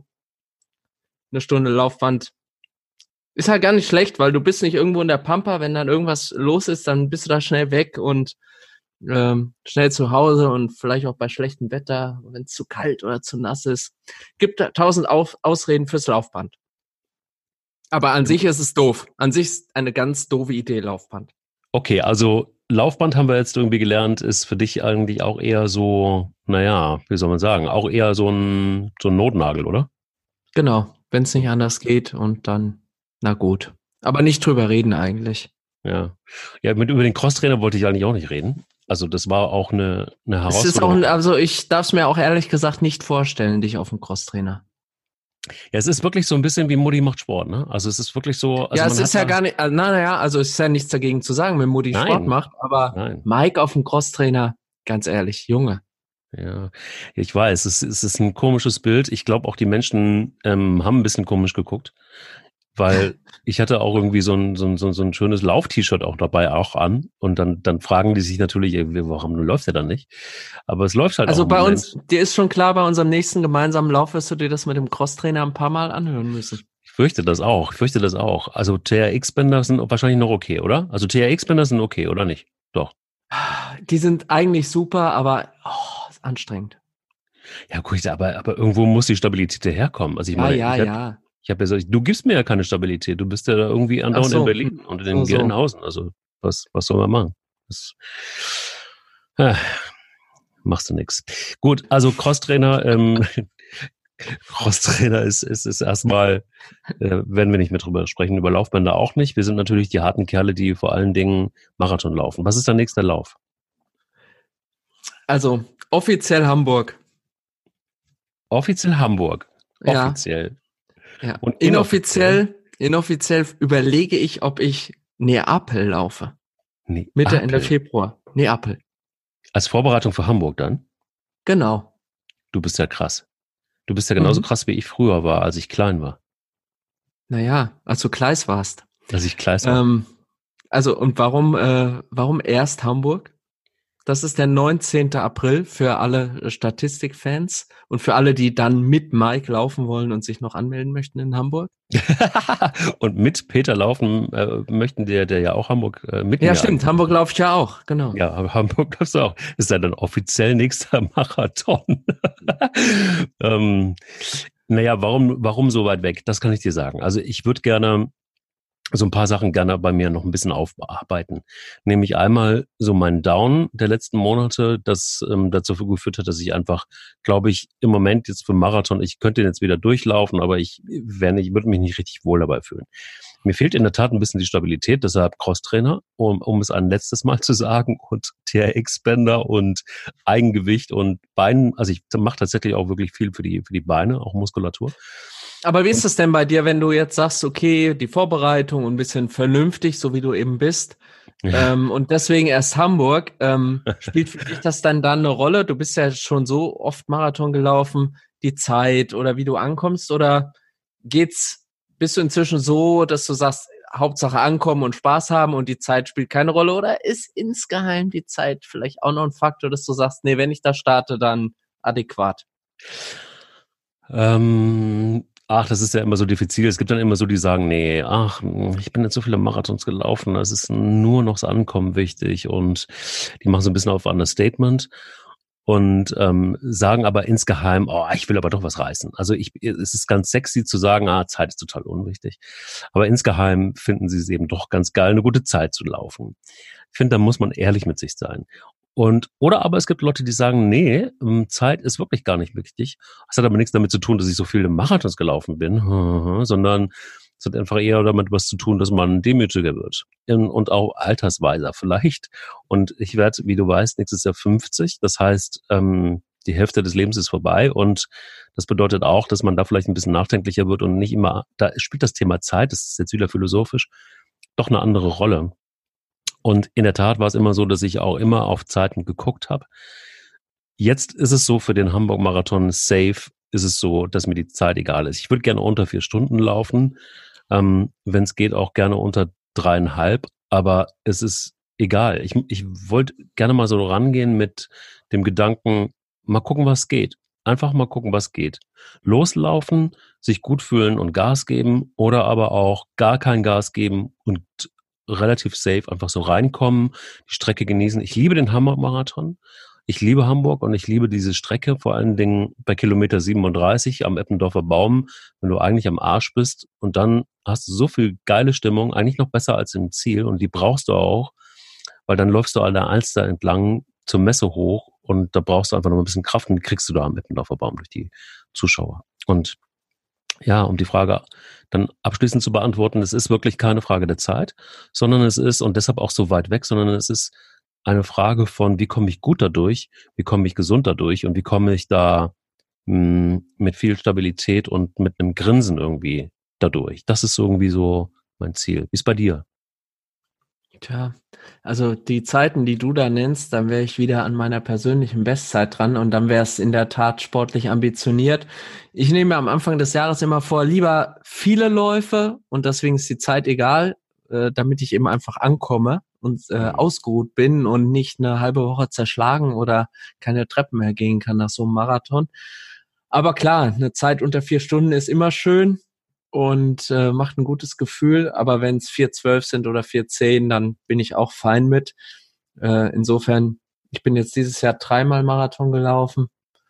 1 Stunde Laufband ist halt gar nicht schlecht, weil du bist nicht irgendwo in der Pampa. Wenn dann irgendwas los ist, dann bist du da schnell weg und schnell zu Hause und vielleicht auch bei schlechtem Wetter, wenn es zu kalt oder zu nass ist. Gibt 1000 Ausreden fürs Laufband. Aber an sich ist es doof. An sich ist eine ganz doofe Idee, Laufband. Okay, also Laufband haben wir jetzt irgendwie gelernt, ist für dich eigentlich auch eher so, naja, wie soll man sagen, auch eher so ein Notnagel, oder? Genau, wenn es nicht anders geht und dann, na gut. Aber nicht drüber reden eigentlich. Ja, über den Crosstrainer wollte ich eigentlich auch nicht reden. Also das war auch eine Herausforderung. Also ich darf es mir auch ehrlich gesagt nicht vorstellen, dich auf dem Crosstrainer. Ja, es ist wirklich so ein bisschen wie Mutti macht Sport, ne? Also es ist wirklich so. Also ja, es ist ja gar nicht, also es ist ja nichts dagegen zu sagen, wenn Mutti Sport macht, aber Mike auf dem Crosstrainer, ganz ehrlich, Junge, Ja, ich weiß, es ist ein komisches Bild. Ich glaube auch die Menschen haben ein bisschen komisch geguckt, weil ich hatte auch irgendwie so ein schönes Lauf-T-Shirt auch dabei auch an und dann fragen die sich natürlich, warum läuft der dann nicht? Aber es läuft halt auch Also im bei uns, Moment. dir ist schon klar, bei unserem nächsten gemeinsamen Lauf wirst du dir das mit dem Crosstrainer ein paar Mal anhören müssen. Ich fürchte das auch. Ich fürchte das auch. Also TRX-Bänder sind wahrscheinlich noch okay, oder? Also TRX-Bänder sind okay, oder nicht? Doch. Die sind eigentlich super, aber ist anstrengend. Ja, gut, aber irgendwo muss die Stabilität herkommen. Also ich Ja, meine, ja, ja. ich habe ja gesagt, du gibst mir ja keine Stabilität. Du bist ja da irgendwie Ach andauernd in so, Berlin und so, in so. Gelnhausen. Also was soll man machen? Das, äh, machst du nix. Gut, also Crosstrainer, Crosstrainer ist erstmal, werden wir nicht mehr drüber sprechen, über Laufbänder auch nicht. Wir sind natürlich die harten Kerle, die vor allen Dingen Marathon laufen. Was ist dein nächster Lauf? Also offiziell Hamburg. Offiziell Hamburg. Ja, Offiziell. ja. Und inoffiziell? Inoffiziell überlege ich, ob ich Neapel laufe. Mitte, Ende Neapel. Februar. Neapel. Als Vorbereitung für Hamburg dann? Genau. Du bist ja krass. Du bist ja genauso Mhm. krass, wie ich früher war, als ich klein war. Naja, als du Kleis warst. Als ich Kleis war. Ähm, also, und warum erst Hamburg? Das ist der 19. April für alle Statistikfans und für alle, die dann mit Mike laufen wollen und sich noch anmelden möchten in Hamburg. Und mit Peter laufen möchten der ja auch Hamburg mit Ja, mir stimmt. eigentlich. Hamburg laufe ich ja auch, genau. Ja, aber Hamburg läufst du auch. Ist ja dann offiziell nächster Marathon. ähm, naja, warum so weit weg? Das kann ich dir sagen. Also ich würde gerne so ein paar Sachen gerne bei mir noch ein bisschen aufarbeiten. Nämlich einmal so mein Down der letzten Monate, das dazu geführt hat, dass ich einfach, glaube ich, im Moment jetzt für Marathon, ich könnte jetzt wieder durchlaufen, aber würde mich nicht richtig wohl dabei fühlen. Mir fehlt in der Tat ein bisschen die Stabilität, deshalb Crosstrainer, um es ein letztes Mal zu sagen, und TRX-Bänder und Eigengewicht und Beinen. Also ich mache tatsächlich auch wirklich viel für die Beine, auch Muskulatur. Aber wie ist es denn bei dir, wenn du jetzt sagst, okay, die Vorbereitung ein bisschen vernünftig, so wie du eben bist, Ja. und deswegen erst Hamburg, spielt für dich das dann eine Rolle? Du bist ja schon so oft Marathon gelaufen, die Zeit oder wie du ankommst, oder bist du inzwischen so, dass du sagst, Hauptsache ankommen und Spaß haben und die Zeit spielt keine Rolle, oder ist insgeheim die Zeit vielleicht auch noch ein Faktor, dass du sagst, nee, wenn ich da starte, dann adäquat? Das ist ja immer so diffizil. Es gibt dann immer so, die sagen, nee, ich bin jetzt so viele Marathons gelaufen, es ist nur noch das Ankommen wichtig und die machen so ein bisschen auf Understatement und sagen aber insgeheim, ich will aber doch was reißen. Also es ist ganz sexy zu sagen, Zeit ist total unwichtig. Aber insgeheim finden sie es eben doch ganz geil, eine gute Zeit zu laufen. Ich finde, da muss man ehrlich mit sich sein. Oder aber es gibt Leute, die sagen, nee, Zeit ist wirklich gar nicht wichtig. Das hat aber nichts damit zu tun, dass ich so viele Marathons gelaufen bin, sondern es hat einfach eher damit was zu tun, dass man demütiger wird. Und auch altersweiser vielleicht. Und ich werde, wie du weißt, nächstes Jahr 50. Das heißt, die Hälfte des Lebens ist vorbei. Und das bedeutet auch, dass man da vielleicht ein bisschen nachdenklicher wird und nicht immer, da spielt das Thema Zeit, das ist jetzt wieder philosophisch, doch eine andere Rolle. Und in der Tat war es immer so, dass ich auch immer auf Zeiten geguckt habe. Jetzt ist es so, für den Hamburg-Marathon safe ist es so, dass mir die Zeit egal ist. Ich würde gerne unter 4 Stunden laufen, wenn es geht, auch gerne unter 3,5, aber es ist egal. Ich wollte gerne mal so rangehen mit dem Gedanken, mal gucken, was geht. Einfach mal gucken, was geht. Loslaufen, sich gut fühlen und Gas geben oder aber auch gar kein Gas geben und relativ safe einfach so reinkommen, die Strecke genießen. Ich liebe den Hamburg-Marathon. Ich liebe Hamburg und ich liebe diese Strecke, vor allen Dingen bei Kilometer 37 am Eppendorfer Baum, wenn du eigentlich am Arsch bist und dann hast du so viel geile Stimmung, eigentlich noch besser als im Ziel und die brauchst du auch, weil dann läufst du an der Alster entlang zur Messe hoch und da brauchst du einfach noch ein bisschen Kraft und die kriegst du da am Eppendorfer Baum durch die Zuschauer. Und ja, um die Frage dann abschließend zu beantworten, es ist wirklich keine Frage der Zeit, sondern es ist, und deshalb auch so weit weg, sondern es ist eine Frage von, wie komme ich gut dadurch, wie komme ich gesund dadurch und wie komme ich da mit viel Stabilität und mit einem Grinsen irgendwie dadurch. Das ist irgendwie so mein Ziel. Wie ist bei dir? Tja, also die Zeiten, die du da nennst, dann wäre ich wieder an meiner persönlichen Bestzeit dran und dann wäre es in der Tat sportlich ambitioniert. Ich nehme mir am Anfang des Jahres immer vor, lieber viele Läufe und deswegen ist die Zeit egal, damit ich eben einfach ankomme und ausgeruht bin und nicht eine halbe Woche zerschlagen oder keine Treppen mehr gehen kann nach so einem Marathon. Aber klar, eine Zeit unter 4 Stunden ist immer schön und macht ein gutes Gefühl. Aber wenn es 4:12 sind oder 4:10, dann bin ich auch fein mit. Insofern, ich bin jetzt dieses Jahr 3-mal Marathon gelaufen.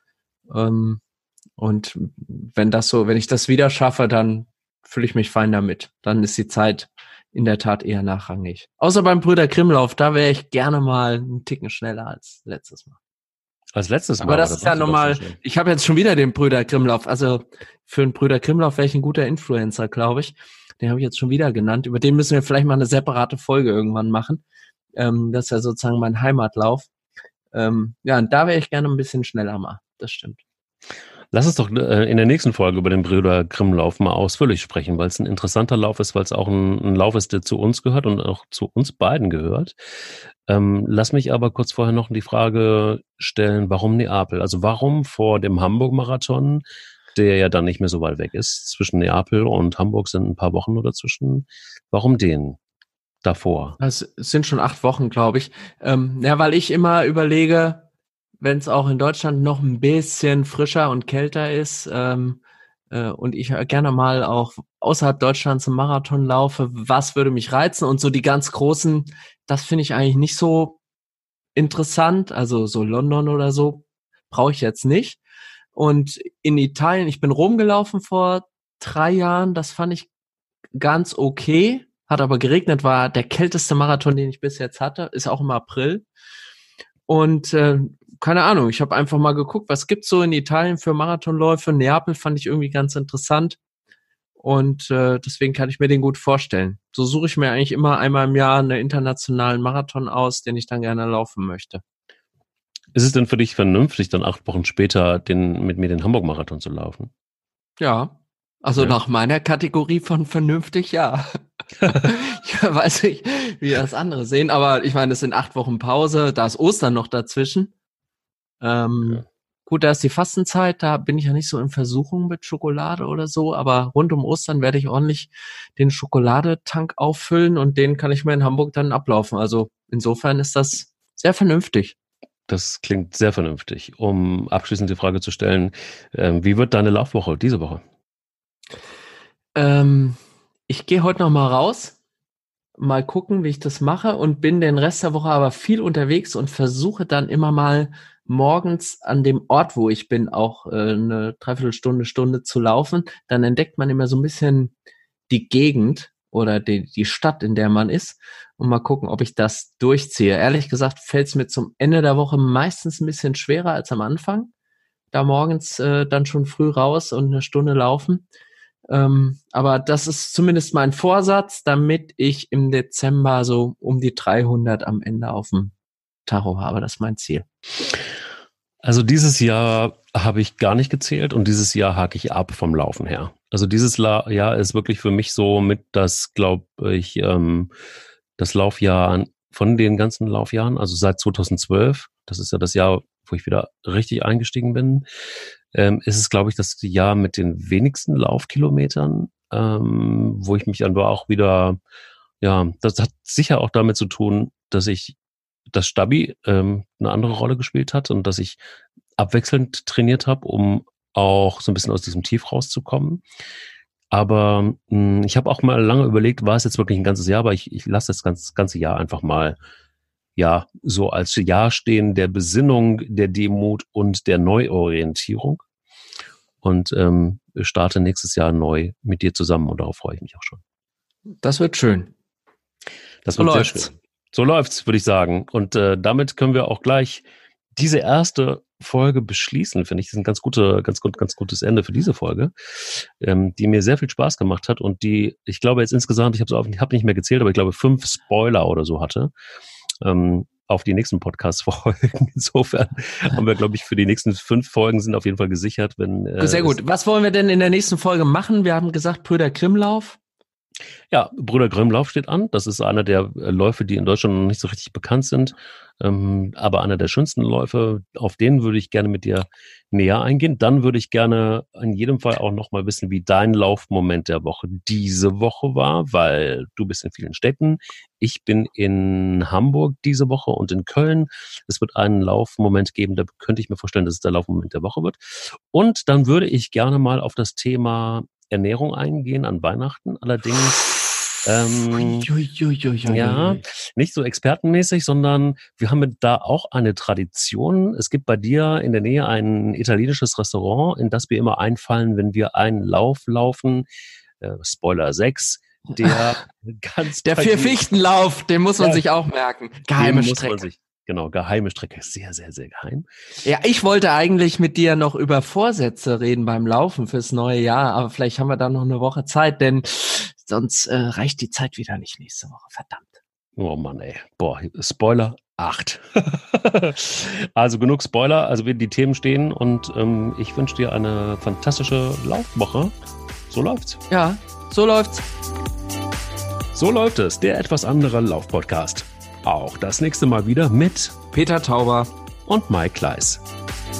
Und wenn ich das wieder schaffe, dann fühle ich mich fein damit. Dann ist die Zeit in der Tat eher nachrangig. Außer beim Brüder Grimmlauf, da wäre ich gerne mal einen Ticken schneller als letztes Mal. Als letztes Mal. Aber das ist ja normal. Ich habe jetzt schon wieder den Brüder Grimmlauf. Also für einen Brüder Grimmlauf wäre ich ein guter Influencer, glaube ich. Den habe ich jetzt schon wieder genannt. Über den müssen wir vielleicht mal eine separate Folge irgendwann machen. Das ist ja sozusagen mein Heimatlauf. Ja, und da wäre ich gerne ein bisschen schneller mal. Das stimmt. Lass uns doch in der nächsten Folge über den Brüder Grimm-Lauf mal ausführlich sprechen, weil es ein interessanter Lauf ist, weil es auch ein Lauf ist, der zu uns gehört und auch zu uns beiden gehört. Lass mich aber kurz vorher noch die Frage stellen, warum Neapel? Also warum vor dem Hamburg-Marathon, der ja dann nicht mehr so weit weg ist, zwischen Neapel und Hamburg sind ein paar Wochen nur dazwischen, warum den davor? Es sind schon 8 Wochen, glaube ich. Ja, weil ich immer überlege, wenn es auch in Deutschland noch ein bisschen frischer und kälter ist und ich gerne mal auch außerhalb Deutschlands einen Marathon laufe, was würde mich reizen? Und so die ganz großen, das finde ich eigentlich nicht so interessant. Also so London oder so brauche ich jetzt nicht. Und in Italien, ich bin Rom gelaufen vor 3 Jahren, das fand ich ganz okay. Hat aber geregnet, war der kälteste Marathon, den ich bis jetzt hatte, ist auch im April. Und keine Ahnung, ich habe einfach mal geguckt, was gibt's so in Italien für Marathonläufe. Neapel fand ich irgendwie ganz interessant und deswegen kann ich mir den gut vorstellen. So suche ich mir eigentlich immer einmal im Jahr einen internationalen Marathon aus, den ich dann gerne laufen möchte. Ist es denn für dich vernünftig, dann 8 Wochen später mit mir den Hamburg-Marathon zu laufen? Ja, also nach meiner Kategorie von vernünftig, ja. Ich weiß nicht, wie das andere sehen, aber ich meine, es sind 8 Wochen Pause, da ist Ostern noch dazwischen. Gut, da ist die Fastenzeit, da bin ich ja nicht so in Versuchung mit Schokolade oder so, aber rund um Ostern werde ich ordentlich den Schokoladetank auffüllen und den kann ich mir in Hamburg dann ablaufen. Also insofern ist das sehr vernünftig. Das klingt sehr vernünftig. Um abschließend die Frage zu stellen, wie wird deine Laufwoche diese Woche? Ich gehe heute noch mal raus, mal gucken, wie ich das mache und bin den Rest der Woche aber viel unterwegs und versuche dann immer mal morgens an dem Ort, wo ich bin, auch eine Dreiviertelstunde zu laufen. Dann entdeckt man immer so ein bisschen die Gegend oder die Stadt, in der man ist und mal gucken, ob ich das durchziehe. Ehrlich gesagt fällt es mir zum Ende der Woche meistens ein bisschen schwerer als am Anfang. Da morgens dann schon früh raus und eine Stunde laufen. Aber das ist zumindest mein Vorsatz, damit ich im Dezember so um die 300 am Ende auf dem Tacho habe. Das ist mein Ziel. Also dieses Jahr habe ich gar nicht gezählt und dieses Jahr hake ich ab vom Laufen her. Also dieses Jahr ist wirklich für mich so mit das, glaube ich, das Laufjahr von den ganzen Laufjahren, also seit 2012, das ist ja das Jahr, wo ich wieder richtig eingestiegen bin, ist es, glaube ich, das Jahr mit den wenigsten Laufkilometern, wo ich mich aber auch wieder, ja, das hat sicher auch damit zu tun, dass das Stabi eine andere Rolle gespielt hat und dass ich abwechselnd trainiert habe, um auch so ein bisschen aus diesem Tief rauszukommen. Aber ich habe auch mal lange überlegt, war es jetzt wirklich ein ganzes Jahr, aber ich lasse das ganze Jahr einfach mal ja so als Jahr stehen der Besinnung, der Demut und der Neuorientierung und starte nächstes Jahr neu mit dir zusammen und darauf freue ich mich auch schon. Das wird schön. Das wird sehr schön. So läuft's, würde ich sagen. Und damit können wir auch gleich diese erste Folge beschließen, finde ich. Das ist ein ganz gutes Ende für diese Folge, die mir sehr viel Spaß gemacht hat und die, ich glaube jetzt insgesamt, ich habe nicht mehr gezählt, aber ich glaube 5 Spoiler oder so hatte auf die nächsten Podcast-Folgen. Insofern haben wir, glaube ich, für die nächsten 5 Folgen sind auf jeden Fall gesichert. Sehr gut. Was wollen wir denn in der nächsten Folge machen? Wir haben gesagt, Brüder Grimmlauf. Ja, Brüder Grimm Lauf steht an. Das ist einer der Läufe, die in Deutschland noch nicht so richtig bekannt sind. Aber einer der schönsten Läufe, auf den würde ich gerne mit dir näher eingehen. Dann würde ich gerne in jedem Fall auch nochmal wissen, wie dein Laufmoment der Woche diese Woche war, weil du bist in vielen Städten. Ich bin in Hamburg diese Woche und in Köln. Es wird einen Laufmoment geben, da könnte ich mir vorstellen, dass es der Laufmoment der Woche wird. Und dann würde ich gerne mal auf das Thema Ernährung eingehen an Weihnachten. Allerdings ja, nicht so expertenmäßig, sondern wir haben da auch eine Tradition. Es gibt bei dir in der Nähe ein italienisches Restaurant, in das wir immer einfallen, wenn wir einen Lauf laufen. Spoiler 6, der der Vier-Fichten-Lauf, den muss man sich auch merken. Geheime Strecke. Genau, geheime Strecke. Sehr, sehr, sehr geheim. Ja, ich wollte eigentlich mit dir noch über Vorsätze reden beim Laufen fürs neue Jahr, aber vielleicht haben wir da noch eine Woche Zeit, denn sonst reicht die Zeit wieder nicht nächste Woche. Verdammt. Oh Mann, ey. Boah, Spoiler 8. Also genug Spoiler, also wie die Themen stehen und ich wünsche dir eine fantastische Laufwoche. So läuft's. Ja, so läuft's. So läuft es, der etwas andere Laufpodcast. Auch das nächste Mal wieder mit Peter Tauber und Mike Kleiss.